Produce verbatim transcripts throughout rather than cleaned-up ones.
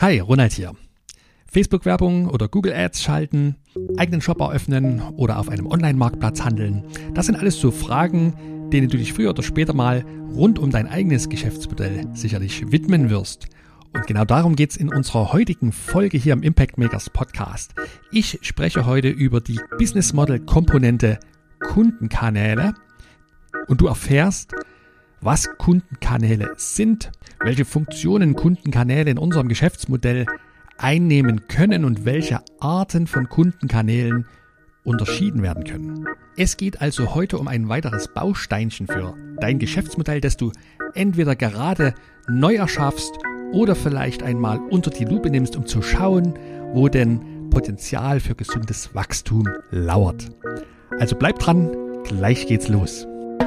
Hi, Ronald hier. Facebook-Werbung oder Google Ads schalten, eigenen Shop eröffnen oder auf einem Online-Marktplatz handeln. Das sind alles so Fragen, denen du dich früher oder später mal rund um dein eigenes Geschäftsmodell sicherlich widmen wirst. Und genau darum geht es in unserer heutigen Folge hier im Impact Makers Podcast. Ich spreche heute über die Business Model Komponente Kundenkanäle und du erfährst, was Kundenkanäle sind, welche Funktionen Kundenkanäle in unserem Geschäftsmodell einnehmen können und welche Arten von Kundenkanälen unterschieden werden können. Es geht also heute um ein weiteres Bausteinchen für dein Geschäftsmodell, das du entweder gerade neu erschaffst oder vielleicht einmal unter die Lupe nimmst, um zu schauen, wo denn Potenzial für gesundes Wachstum lauert. Also bleib dran, gleich geht's los.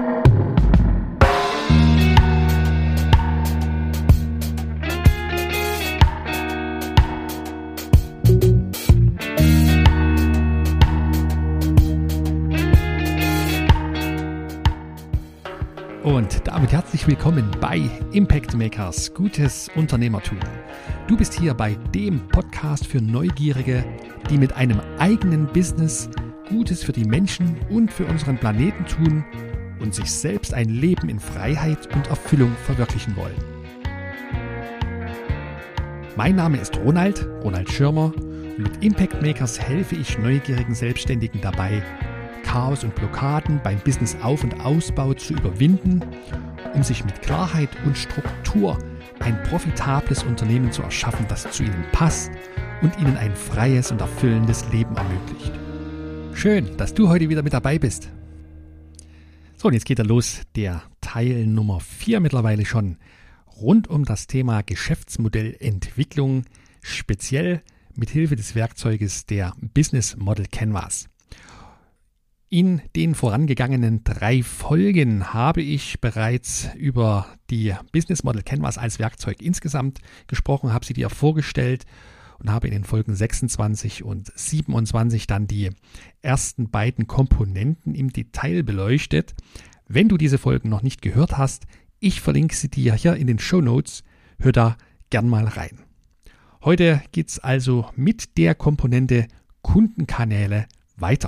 Und damit herzlich willkommen bei Impact Makers, gutes Unternehmertum. Du bist hier bei dem Podcast für Neugierige, die mit einem eigenen Business Gutes für die Menschen und für unseren Planeten tun und sich selbst ein Leben in Freiheit und Erfüllung verwirklichen wollen. Mein Name ist Ronald, Ronald Schirmer, und mit Impact Makers helfe ich neugierigen Selbstständigen dabei, Chaos und Blockaden beim Business-Auf- und Ausbau zu überwinden, um sich mit Klarheit und Struktur ein profitables Unternehmen zu erschaffen, das zu ihnen passt und ihnen ein freies und erfüllendes Leben ermöglicht. Schön, dass du heute wieder mit dabei bist. So, und jetzt geht er los, der Teil Nummer vier mittlerweile schon, rund um das Thema Geschäftsmodellentwicklung, speziell mit Hilfe des Werkzeuges der Business Model Canvas. In den vorangegangenen drei Folgen habe ich bereits über die Business Model Canvas als Werkzeug insgesamt gesprochen, habe sie dir vorgestellt und habe in den Folgen sechsundzwanzig und siebenundzwanzig dann die ersten beiden Komponenten im Detail beleuchtet. Wenn du diese Folgen noch nicht gehört hast, ich verlinke sie dir hier in den Shownotes, hör da gern mal rein. Heute geht es also mit der Komponente Kundenkanäle weiter.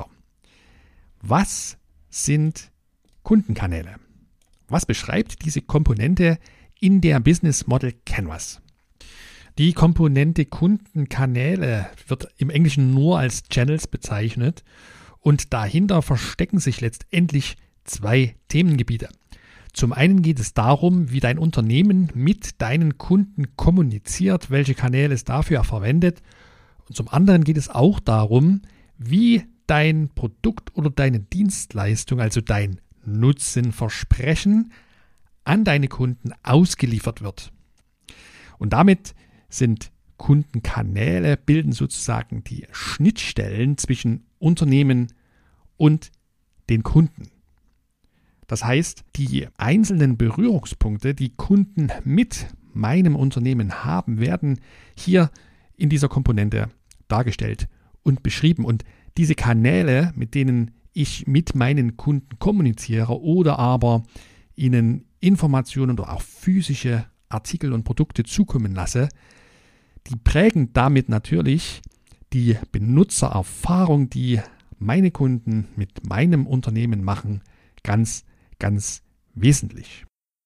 Was sind Kundenkanäle? Was beschreibt diese Komponente in der Business Model Canvas? Die Komponente Kundenkanäle wird im Englischen nur als Channels bezeichnet und dahinter verstecken sich letztendlich zwei Themengebiete. Zum einen geht es darum, wie dein Unternehmen mit deinen Kunden kommuniziert, welche Kanäle es dafür verwendet. Und zum anderen geht es auch darum, wie dein Produkt oder deine Dienstleistung, also dein Nutzenversprechen, an deine Kunden ausgeliefert wird. Und damit sind Kundenkanäle, bilden sozusagen die Schnittstellen zwischen Unternehmen und den Kunden. Das heißt, die einzelnen Berührungspunkte, die Kunden mit meinem Unternehmen haben, werden hier in dieser Komponente dargestellt und beschrieben. Und diese Kanäle, mit denen ich mit meinen Kunden kommuniziere oder aber ihnen Informationen oder auch physische Artikel und Produkte zukommen lasse, die prägen damit natürlich die Benutzererfahrung, die meine Kunden mit meinem Unternehmen machen, ganz, ganz wesentlich.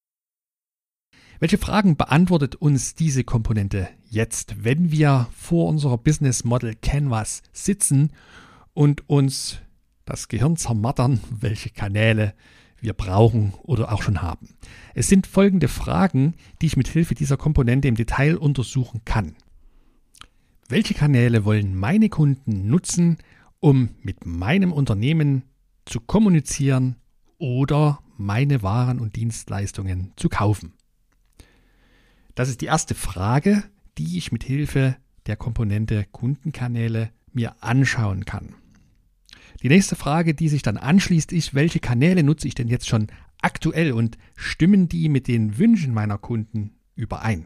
Welche Fragen beantwortet uns diese Komponente jetzt, wenn wir vor unserer Business Model Canvas sitzen und uns das Gehirn zermattern, welche Kanäle wir brauchen oder auch schon haben? Es sind folgende Fragen, die ich mit Hilfe dieser Komponente im Detail untersuchen kann. Welche Kanäle wollen meine Kunden nutzen, um mit meinem Unternehmen zu kommunizieren oder meine Waren und Dienstleistungen zu kaufen? Das ist die erste Frage, die ich mit Hilfe der Komponente Kundenkanäle mir anschauen kann. Die nächste Frage, die sich dann anschließt, ist, welche Kanäle nutze ich denn jetzt schon aktuell und stimmen die mit den Wünschen meiner Kunden überein?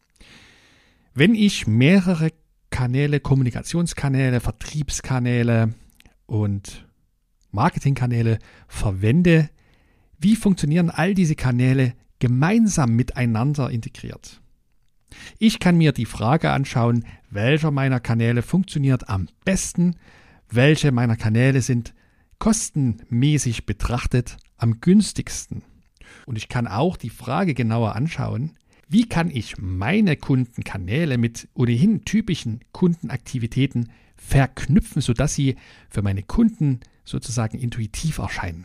Wenn ich mehrere Kanäle, Kommunikationskanäle, Vertriebskanäle und Marketingkanäle verwende, wie funktionieren all diese Kanäle gemeinsam miteinander integriert? Ich kann mir die Frage anschauen, welcher meiner Kanäle funktioniert am besten, welche meiner Kanäle sind kostenmäßig betrachtet am günstigsten. Und ich kann auch die Frage genauer anschauen, wie kann ich meine Kundenkanäle mit ohnehin typischen Kundenaktivitäten verknüpfen, sodass sie für meine Kunden sozusagen intuitiv erscheinen.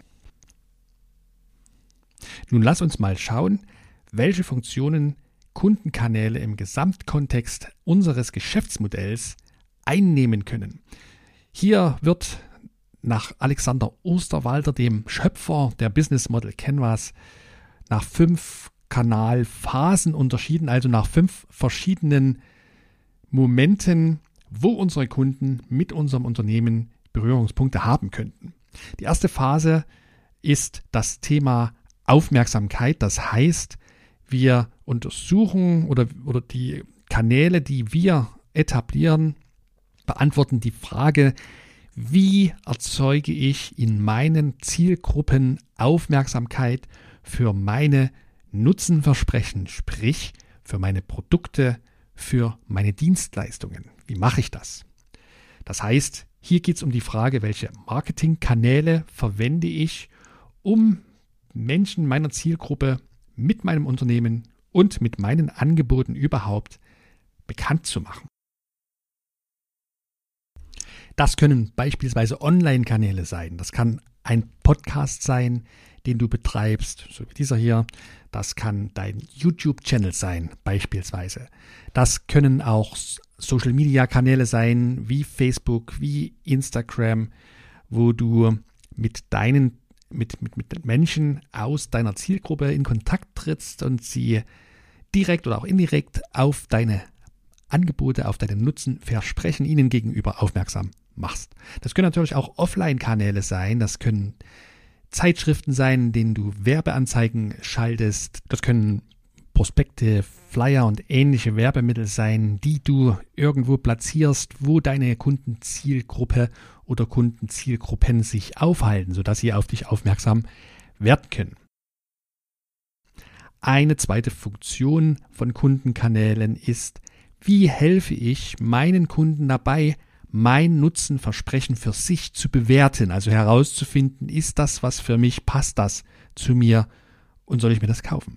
Nun lass uns mal schauen, welche Funktionen Kundenkanäle im Gesamtkontext unseres Geschäftsmodells einnehmen können. Hier wird nach Alexander Osterwalder, dem Schöpfer der Business Model Canvas, nach fünf Kanalphasen unterschieden, also nach fünf verschiedenen Momenten, wo unsere Kunden mit unserem Unternehmen Berührungspunkte haben könnten. Die erste Phase ist das Thema Aufmerksamkeit. Das heißt, wir untersuchen oder, oder die Kanäle, die wir etablieren, beantworten die Frage, wie erzeuge ich in meinen Zielgruppen Aufmerksamkeit für meine Nutzenversprechen, sprich für meine Produkte, für meine Dienstleistungen. Wie mache ich das? Das heißt, hier geht es um die Frage, welche Marketingkanäle verwende ich, um Menschen meiner Zielgruppe mit meinem Unternehmen und mit meinen Angeboten überhaupt bekannt zu machen. Das können beispielsweise Online-Kanäle sein. Das kann ein Podcast sein, den du betreibst, so wie dieser hier. Das kann dein YouTube-Channel sein, beispielsweise. Das können auch Social-Media-Kanäle sein, wie Facebook, wie Instagram, wo du mit deinen Mit, mit, mit Menschen aus deiner Zielgruppe in Kontakt trittst und sie direkt oder auch indirekt auf deine Angebote, auf deine Nutzenversprechen ihnen gegenüber aufmerksam machst. Das können natürlich auch Offline-Kanäle sein, das können Zeitschriften sein, in denen du Werbeanzeigen schaltest, das können Prospekte, Flyer und ähnliche Werbemittel sein, die du irgendwo platzierst, wo deine Kundenzielgruppe oder Kundenzielgruppen sich aufhalten, sodass sie auf dich aufmerksam werden können. Eine zweite Funktion von Kundenkanälen ist, wie helfe ich meinen Kunden dabei, mein Nutzenversprechen für sich zu bewerten, also herauszufinden, ist das was für mich, passt das zu mir und soll ich mir das kaufen?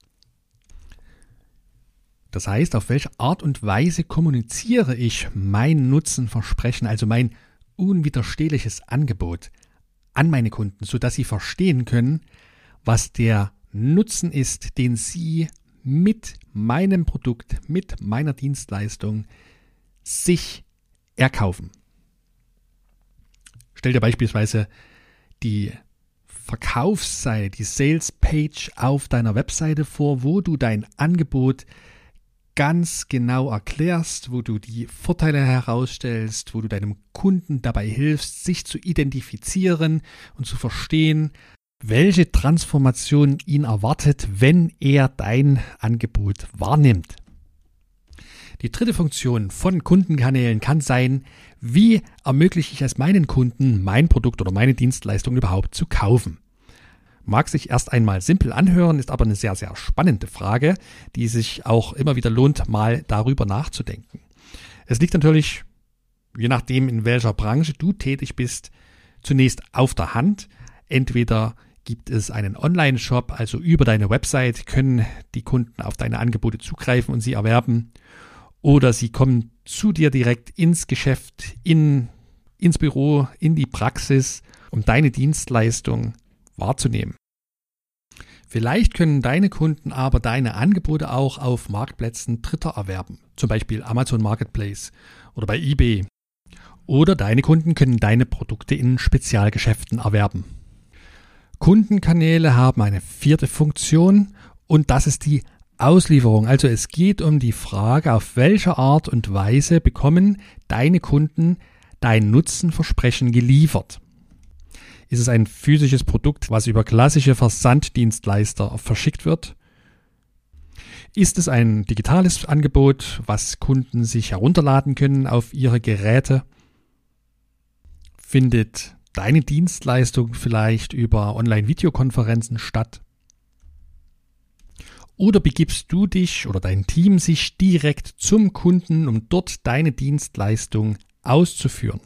Das heißt, auf welche Art und Weise kommuniziere ich mein Nutzenversprechen, also mein unwiderstehliches Angebot an meine Kunden, sodass sie verstehen können, was der Nutzen ist, den sie mit meinem Produkt, mit meiner Dienstleistung sich erkaufen. Stell dir beispielsweise die Verkaufsseite, die Sales Page auf deiner Webseite vor, wo du dein Angebot ganz genau erklärst, wo du die Vorteile herausstellst, wo du deinem Kunden dabei hilfst, sich zu identifizieren und zu verstehen, welche Transformation ihn erwartet, wenn er dein Angebot wahrnimmt. Die dritte Funktion von Kundenkanälen kann sein, wie ermögliche ich es meinen Kunden, mein Produkt oder meine Dienstleistung überhaupt zu kaufen. Mag sich erst einmal simpel anhören, ist aber eine sehr, sehr spannende Frage, die sich auch immer wieder lohnt, mal darüber nachzudenken. Es liegt natürlich, je nachdem in welcher Branche du tätig bist, zunächst auf der Hand. Entweder gibt es einen Online-Shop, also über deine Website können die Kunden auf deine Angebote zugreifen und sie erwerben. Oder sie kommen zu dir direkt ins Geschäft, in, ins Büro, in die Praxis, um deine Dienstleistung wahrzunehmen. Vielleicht können deine Kunden aber deine Angebote auch auf Marktplätzen Dritter erwerben, zum Beispiel Amazon Marketplace oder bei eBay. Oder deine Kunden können deine Produkte in Spezialgeschäften erwerben. Kundenkanäle haben eine vierte Funktion und das ist die Auslieferung. Also es geht um die Frage, auf welche Art und Weise bekommen deine Kunden dein Nutzenversprechen geliefert. Ist es ein physisches Produkt, was über klassische Versanddienstleister verschickt wird? Ist es ein digitales Angebot, was Kunden sich herunterladen können auf ihre Geräte? Findet deine Dienstleistung vielleicht über Online-Videokonferenzen statt? Oder begibst du dich oder dein Team sich direkt zum Kunden, um dort deine Dienstleistung auszuführen?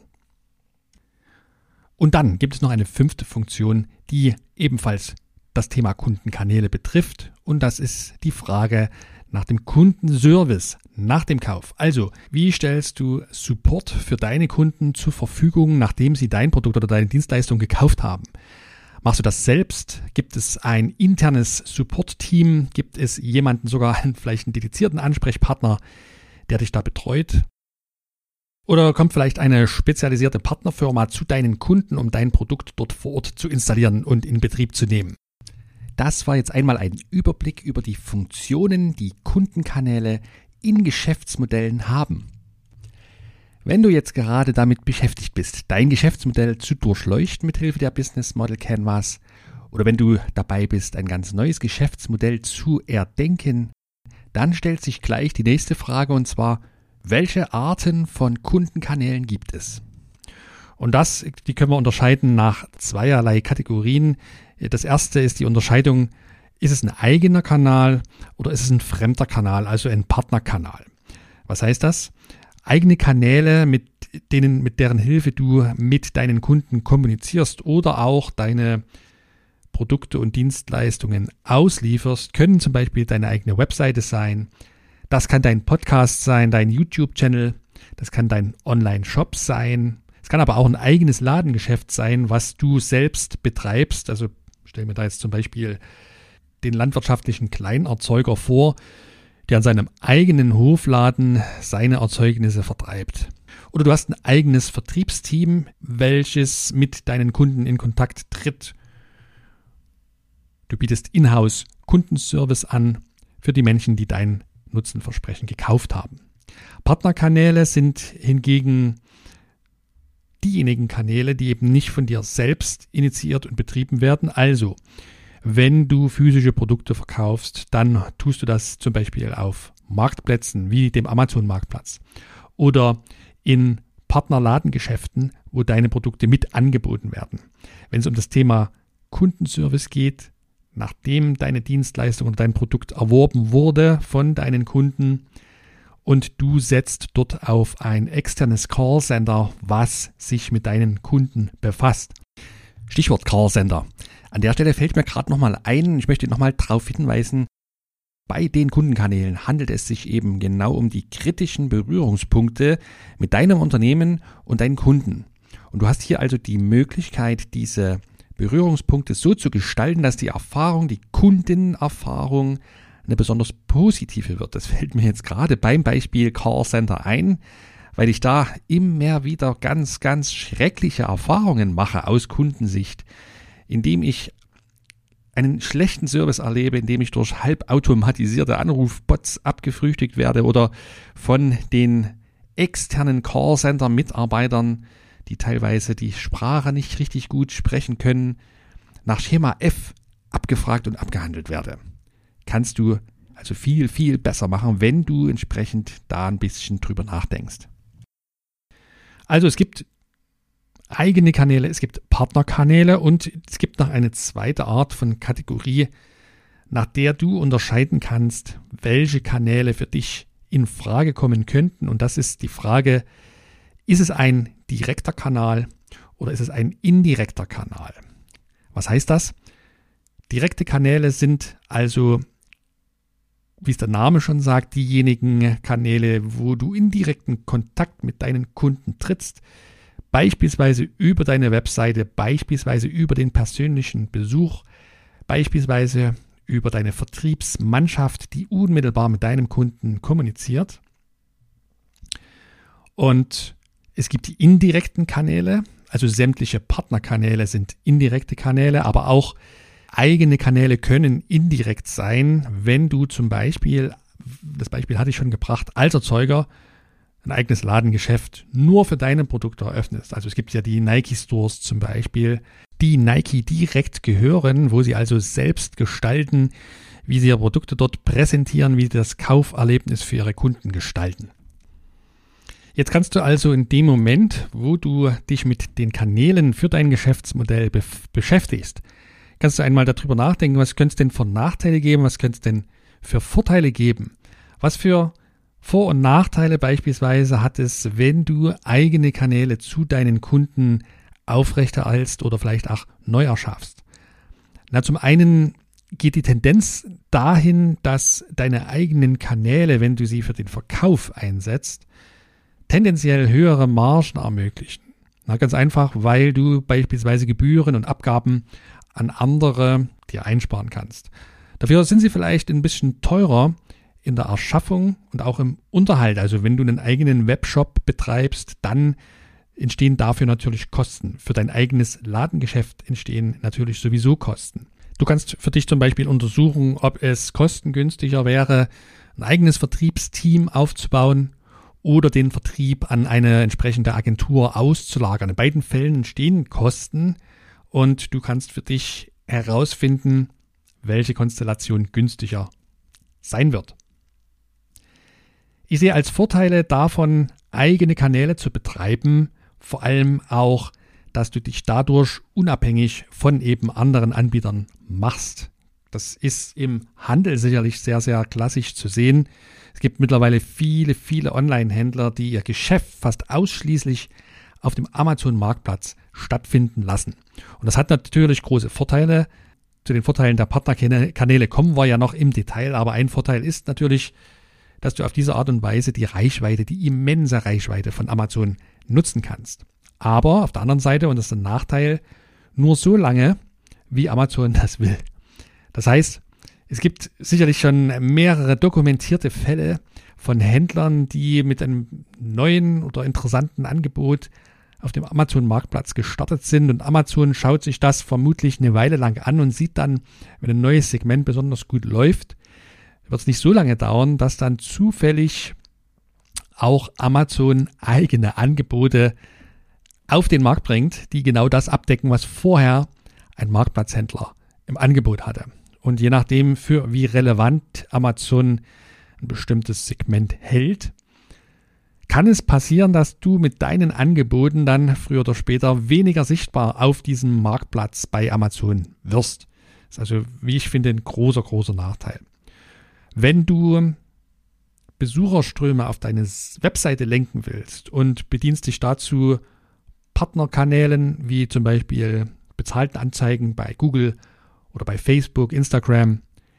Und dann gibt es noch eine fünfte Funktion, die ebenfalls das Thema Kundenkanäle betrifft. Und das ist die Frage nach dem Kundenservice, nach dem Kauf. Also, wie stellst du Support für deine Kunden zur Verfügung, nachdem sie dein Produkt oder deine Dienstleistung gekauft haben? Machst du das selbst? Gibt es ein internes Support-Team? Gibt es jemanden, sogar vielleicht einen dedizierten Ansprechpartner, der dich da betreut? Oder kommt vielleicht eine spezialisierte Partnerfirma zu deinen Kunden, um dein Produkt dort vor Ort zu installieren und in Betrieb zu nehmen? Das war jetzt einmal ein Überblick über die Funktionen, die Kundenkanäle in Geschäftsmodellen haben. Wenn du jetzt gerade damit beschäftigt bist, dein Geschäftsmodell zu durchleuchten mit Hilfe der Business Model Canvas, oder wenn du dabei bist, ein ganz neues Geschäftsmodell zu erdenken, dann stellt sich gleich die nächste Frage, und zwar: Welche Arten von Kundenkanälen gibt es? Und das, die können wir unterscheiden nach zweierlei Kategorien. Das erste ist die Unterscheidung: Ist es ein eigener Kanal oder ist es ein fremder Kanal, also ein Partnerkanal? Was heißt das? Eigene Kanäle, mit denen, mit deren Hilfe du mit deinen Kunden kommunizierst oder auch deine Produkte und Dienstleistungen auslieferst, können zum Beispiel deine eigene Webseite sein. Das kann dein Podcast sein, dein YouTube-Channel, das kann dein Online-Shop sein. Es kann aber auch ein eigenes Ladengeschäft sein, was du selbst betreibst. Also stell mir da jetzt zum Beispiel den landwirtschaftlichen Kleinerzeuger vor, der an seinem eigenen Hofladen seine Erzeugnisse vertreibt. Oder du hast ein eigenes Vertriebsteam, welches mit deinen Kunden in Kontakt tritt. Du bietest in-house Kundenservice an für die Menschen, die dein Nutzenversprechen gekauft haben. Partnerkanäle sind hingegen diejenigen Kanäle, die eben nicht von dir selbst initiiert und betrieben werden. Also, wenn du physische Produkte verkaufst, dann tust du das zum Beispiel auf Marktplätzen wie dem Amazon-Marktplatz oder in Partnerladengeschäften, wo deine Produkte mit angeboten werden. Wenn es um das Thema Kundenservice geht, nachdem deine Dienstleistung oder dein Produkt erworben wurde von deinen Kunden und du setzt dort auf ein externes Callcenter, was sich mit deinen Kunden befasst. Stichwort Callcenter. An der Stelle fällt mir gerade nochmal ein, ich möchte nochmal darauf hinweisen, bei den Kundenkanälen handelt es sich eben genau um die kritischen Berührungspunkte mit deinem Unternehmen und deinen Kunden. Und du hast hier also die Möglichkeit, diese Berührungspunkte so zu gestalten, dass die Erfahrung, die Kundenerfahrung eine besonders positive wird. Das fällt mir jetzt gerade beim Beispiel Callcenter ein, weil ich da immer wieder ganz, ganz schreckliche Erfahrungen mache aus Kundensicht, indem ich einen schlechten Service erlebe, indem ich durch halbautomatisierte Anrufbots abgefrühstückt werde oder von den externen Callcenter-Mitarbeitern, die teilweise die Sprache nicht richtig gut sprechen können, nach Schema F abgefragt und abgehandelt werde. Kannst du also viel, viel besser machen, wenn du entsprechend da ein bisschen drüber nachdenkst. Also es gibt eigene Kanäle, es gibt Partnerkanäle und es gibt noch eine zweite Art von Kategorie, nach der du unterscheiden kannst, welche Kanäle für dich in Frage kommen könnten. Und das ist die Frage: Ist es ein direkter Kanal oder ist es ein indirekter Kanal? Was heißt das? Direkte Kanäle sind also, wie es der Name schon sagt, diejenigen Kanäle, wo du in direkten Kontakt mit deinen Kunden trittst, beispielsweise über deine Webseite, beispielsweise über den persönlichen Besuch, beispielsweise über deine Vertriebsmannschaft, die unmittelbar mit deinem Kunden kommuniziert. Und es gibt die indirekten Kanäle, also sämtliche Partnerkanäle sind indirekte Kanäle, aber auch eigene Kanäle können indirekt sein, wenn du zum Beispiel, das Beispiel hatte ich schon gebracht, als Erzeuger ein eigenes Ladengeschäft nur für deine Produkte eröffnest. Also es gibt ja die Nike Stores zum Beispiel, die Nike direkt gehören, wo sie also selbst gestalten, wie sie ihre Produkte dort präsentieren, wie sie das Kauferlebnis für ihre Kunden gestalten. Jetzt kannst du also in dem Moment, wo du dich mit den Kanälen für dein Geschäftsmodell bef- beschäftigst, kannst du einmal darüber nachdenken, was könnte es denn für Nachteile geben, was könnte es denn für Vorteile geben? Was für Vor- und Nachteile beispielsweise hat es, wenn du eigene Kanäle zu deinen Kunden aufrechterhältst oder vielleicht auch neu erschaffst? Na, zum einen geht die Tendenz dahin, dass deine eigenen Kanäle, wenn du sie für den Verkauf einsetzt, tendenziell höhere Margen ermöglichen. Na, ganz einfach, weil du beispielsweise Gebühren und Abgaben an andere dir einsparen kannst. Dafür sind sie vielleicht ein bisschen teurer in der Erschaffung und auch im Unterhalt. Also wenn du einen eigenen Webshop betreibst, dann entstehen dafür natürlich Kosten. Für dein eigenes Ladengeschäft entstehen natürlich sowieso Kosten. Du kannst für dich zum Beispiel untersuchen, ob es kostengünstiger wäre, ein eigenes Vertriebsteam aufzubauen oder den Vertrieb an eine entsprechende Agentur auszulagern. In beiden Fällen entstehen Kosten und du kannst für dich herausfinden, welche Konstellation günstiger sein wird. Ich sehe als Vorteile davon, eigene Kanäle zu betreiben, vor allem auch, dass du dich dadurch unabhängig von eben anderen Anbietern machst. Das ist im Handel sicherlich sehr, sehr klassisch zu sehen. Es gibt mittlerweile viele, viele Online-Händler, die ihr Geschäft fast ausschließlich auf dem Amazon-Marktplatz stattfinden lassen. Und das hat natürlich große Vorteile. Zu den Vorteilen der Partnerkanäle kommen wir ja noch im Detail, aber ein Vorteil ist natürlich, dass du auf diese Art und Weise die Reichweite, die immense Reichweite von Amazon nutzen kannst. Aber auf der anderen Seite, und das ist ein Nachteil, nur so lange, wie Amazon das will. Das heißt, es gibt sicherlich schon mehrere dokumentierte Fälle von Händlern, die mit einem neuen oder interessanten Angebot auf dem Amazon-Marktplatz gestartet sind und Amazon schaut sich das vermutlich eine Weile lang an und sieht dann, wenn ein neues Segment besonders gut läuft, wird es nicht so lange dauern, dass dann zufällig auch Amazon eigene Angebote auf den Markt bringt, die genau das abdecken, was vorher ein Marktplatzhändler im Angebot hatte. Und je nachdem, für wie relevant Amazon ein bestimmtes Segment hält, kann es passieren, dass du mit deinen Angeboten dann früher oder später weniger sichtbar auf diesem Marktplatz bei Amazon wirst. Das ist also, wie ich finde, ein großer, großer Nachteil. Wenn du Besucherströme auf deine Webseite lenken willst und bedienst dich dazu Partnerkanälen wie zum Beispiel bezahlten Anzeigen bei Google oder bei Facebook, Instagram,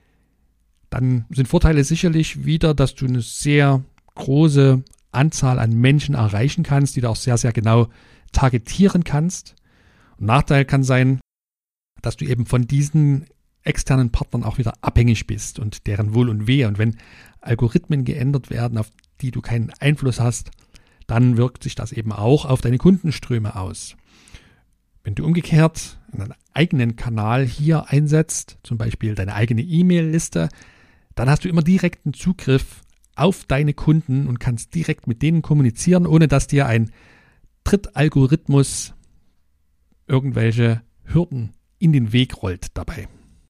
dann sind Vorteile sicherlich wieder, dass du eine sehr große Anzahl an Menschen erreichen kannst, die du auch sehr, sehr genau targetieren kannst. Und Nachteil kann sein, dass du eben von diesen externen Partnern auch wieder abhängig bist und deren Wohl und Wehe. Und wenn Algorithmen geändert werden, auf die du keinen Einfluss hast, dann wirkt sich das eben auch auf deine Kundenströme aus. Wenn du umgekehrt einen eigenen Kanal hier einsetzt, zum Beispiel deine eigene E-Mail-Liste, dann hast du immer direkten Zugriff auf deine Kunden und kannst direkt mit denen kommunizieren, ohne dass dir ein Drittalgorithmus irgendwelche Hürden in den Weg rollt dabei.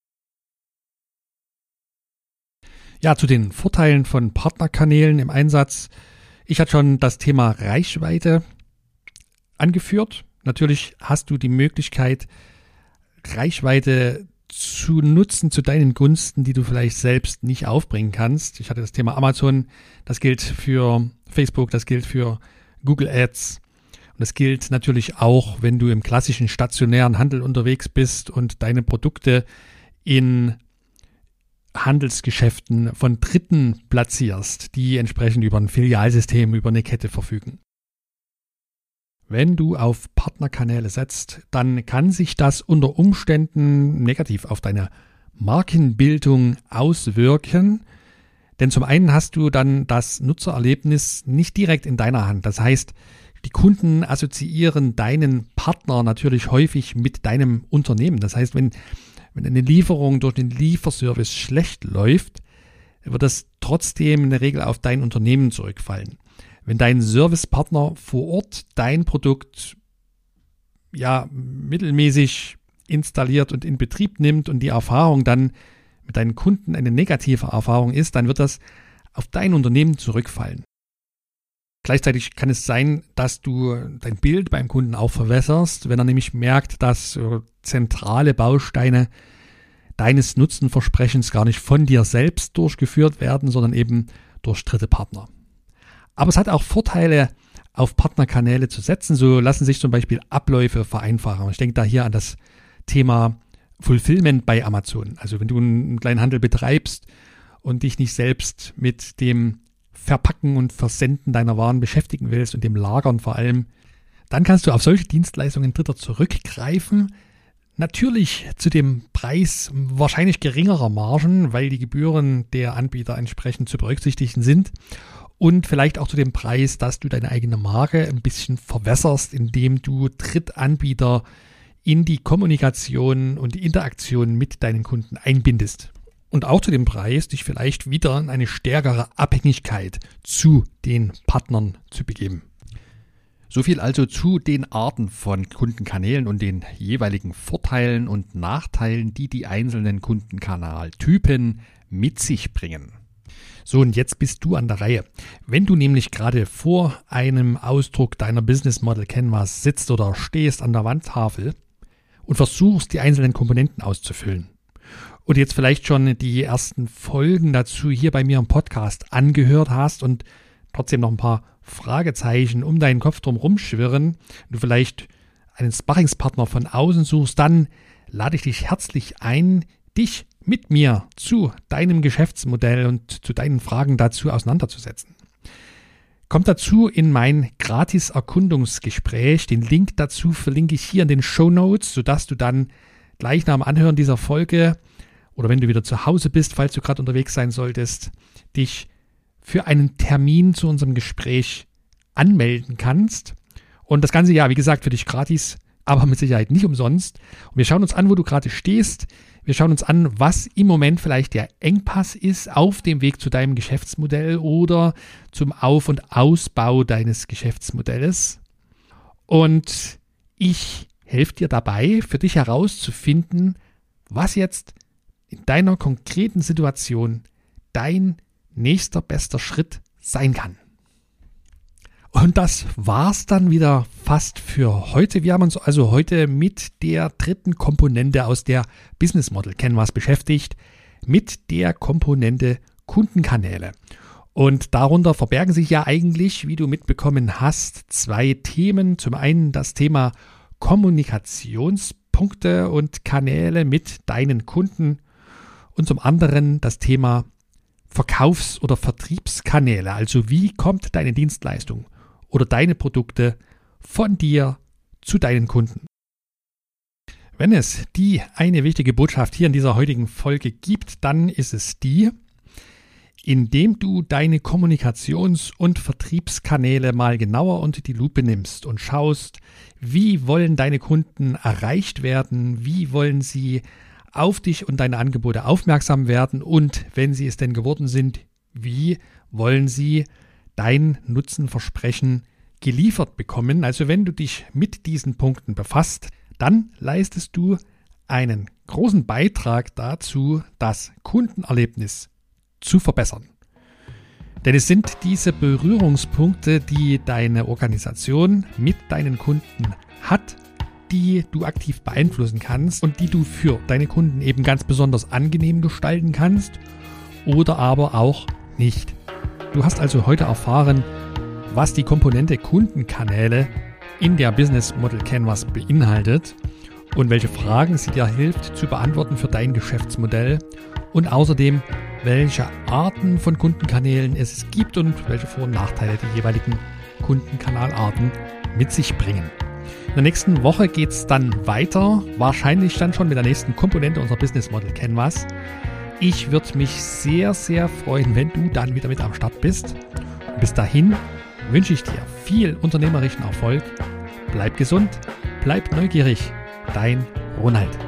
Ja, zu den Vorteilen von Partnerkanälen im Einsatz. Ich hatte schon das Thema Reichweite angeführt. Natürlich hast du die Möglichkeit, Reichweite zu nutzen zu deinen Gunsten, die du vielleicht selbst nicht aufbringen kannst. Ich hatte das Thema Amazon, das gilt für Facebook, das gilt für Google Ads. Und das gilt natürlich auch, wenn du im klassischen stationären Handel unterwegs bist und deine Produkte in Handelsgeschäften von Dritten platzierst, die entsprechend über ein Filialsystem, über eine Kette verfügen. Wenn du auf Partnerkanäle setzt, dann kann sich das unter Umständen negativ auf deine Markenbildung auswirken, denn zum einen hast du dann das Nutzererlebnis nicht direkt in deiner Hand. Das heißt, die Kunden assoziieren deinen Partner natürlich häufig mit deinem Unternehmen. Das heißt, wenn, wenn eine Lieferung durch den Lieferservice schlecht läuft, wird das trotzdem in der Regel auf dein Unternehmen zurückfallen. Wenn dein Servicepartner vor Ort dein Produkt ja mittelmäßig installiert und in Betrieb nimmt und die Erfahrung dann mit deinen Kunden eine negative Erfahrung ist, dann wird das auf dein Unternehmen zurückfallen. Gleichzeitig kann es sein, dass du dein Bild beim Kunden auch verwässerst, wenn er nämlich merkt, dass zentrale Bausteine deines Nutzenversprechens gar nicht von dir selbst durchgeführt werden, sondern eben durch dritte Partner. Aber es hat auch Vorteile, auf Partnerkanäle zu setzen. So lassen sich zum Beispiel Abläufe vereinfachen. Ich denke da hier an das Thema Fulfillment bei Amazon. Also wenn du einen kleinen Handel betreibst und dich nicht selbst mit dem Verpacken und Versenden deiner Waren beschäftigen willst und dem Lagern vor allem, dann kannst du auf solche Dienstleistungen Dritter zurückgreifen. Natürlich zu dem Preis wahrscheinlich geringerer Margen, weil die Gebühren der Anbieter entsprechend zu berücksichtigen sind. Und vielleicht auch zu dem Preis, dass du deine eigene Marke ein bisschen verwässerst, indem du Drittanbieter in die Kommunikation und die Interaktion mit deinen Kunden einbindest. Und auch zu dem Preis, dich vielleicht wieder in eine stärkere Abhängigkeit zu den Partnern zu begeben. So viel also zu den Arten von Kundenkanälen und den jeweiligen Vorteilen und Nachteilen, die die einzelnen Kundenkanaltypen mit sich bringen. So, und jetzt bist du an der Reihe. Wenn du nämlich gerade vor einem Ausdruck deiner Business Model Canvas sitzt oder stehst an der Wandtafel und versuchst, die einzelnen Komponenten auszufüllen und jetzt vielleicht schon die ersten Folgen dazu hier bei mir im Podcast angehört hast und trotzdem noch ein paar Fragezeichen um deinen Kopf drum rumschwirren und du vielleicht einen Sparringspartner von außen suchst, dann lade ich dich herzlich ein, dich mit mir zu deinem Geschäftsmodell und zu deinen Fragen dazu auseinanderzusetzen. Kommt dazu in mein Gratis-Erkundungsgespräch. Den Link dazu verlinke ich hier in den Shownotes, sodass du dann gleich nach dem Anhören dieser Folge oder wenn du wieder zu Hause bist, falls du gerade unterwegs sein solltest, dich für einen Termin zu unserem Gespräch anmelden kannst. Und das Ganze, ja, wie gesagt, für dich gratis, aber mit Sicherheit nicht umsonst. Und wir schauen uns an, wo du gerade stehst. Wir schauen uns an, was im Moment vielleicht der Engpass ist auf dem Weg zu deinem Geschäftsmodell oder zum Auf- und Ausbau deines Geschäftsmodells. Und ich helfe dir dabei, für dich herauszufinden, was jetzt in deiner konkreten Situation dein nächster bester Schritt sein kann. Und das war's dann wieder fast für heute. Wir haben uns also heute mit der dritten Komponente aus der Business Model Canvas beschäftigt, mit der Komponente Kundenkanäle. Und darunter verbergen sich ja eigentlich, wie du mitbekommen hast, zwei Themen. Zum einen das Thema Kommunikationspunkte und Kanäle mit deinen Kunden und zum anderen das Thema Verkaufs- oder Vertriebskanäle. Also wie kommt deine Dienstleistung oder deine Produkte von dir zu deinen Kunden. Wenn es die eine wichtige Botschaft hier in dieser heutigen Folge gibt, dann ist es die, indem du deine Kommunikations- und Vertriebskanäle mal genauer unter die Lupe nimmst und schaust, wie wollen deine Kunden erreicht werden, wie wollen sie auf dich und deine Angebote aufmerksam werden und wenn sie es denn geworden sind, wie wollen sie dein Nutzenversprechen geliefert bekommen. Also wenn du dich mit diesen Punkten befasst, dann leistest du einen großen Beitrag dazu, das Kundenerlebnis zu verbessern. Denn es sind diese Berührungspunkte, die deine Organisation mit deinen Kunden hat, die du aktiv beeinflussen kannst und die du für deine Kunden eben ganz besonders angenehm gestalten kannst oder aber auch nicht. Du hast also heute erfahren, was die Komponente Kundenkanäle in der Business Model Canvas beinhaltet und welche Fragen sie dir hilft zu beantworten für dein Geschäftsmodell und außerdem, welche Arten von Kundenkanälen es gibt und welche Vor- und Nachteile die jeweiligen Kundenkanalarten mit sich bringen. In der nächsten Woche geht es dann weiter, wahrscheinlich dann schon mit der nächsten Komponente unserer Business Model Canvas. Ich würde mich sehr, sehr freuen, wenn du dann wieder mit am Start bist. Und bis dahin wünsche ich dir viel unternehmerischen Erfolg. Bleib gesund, bleib neugierig. Dein Ronald.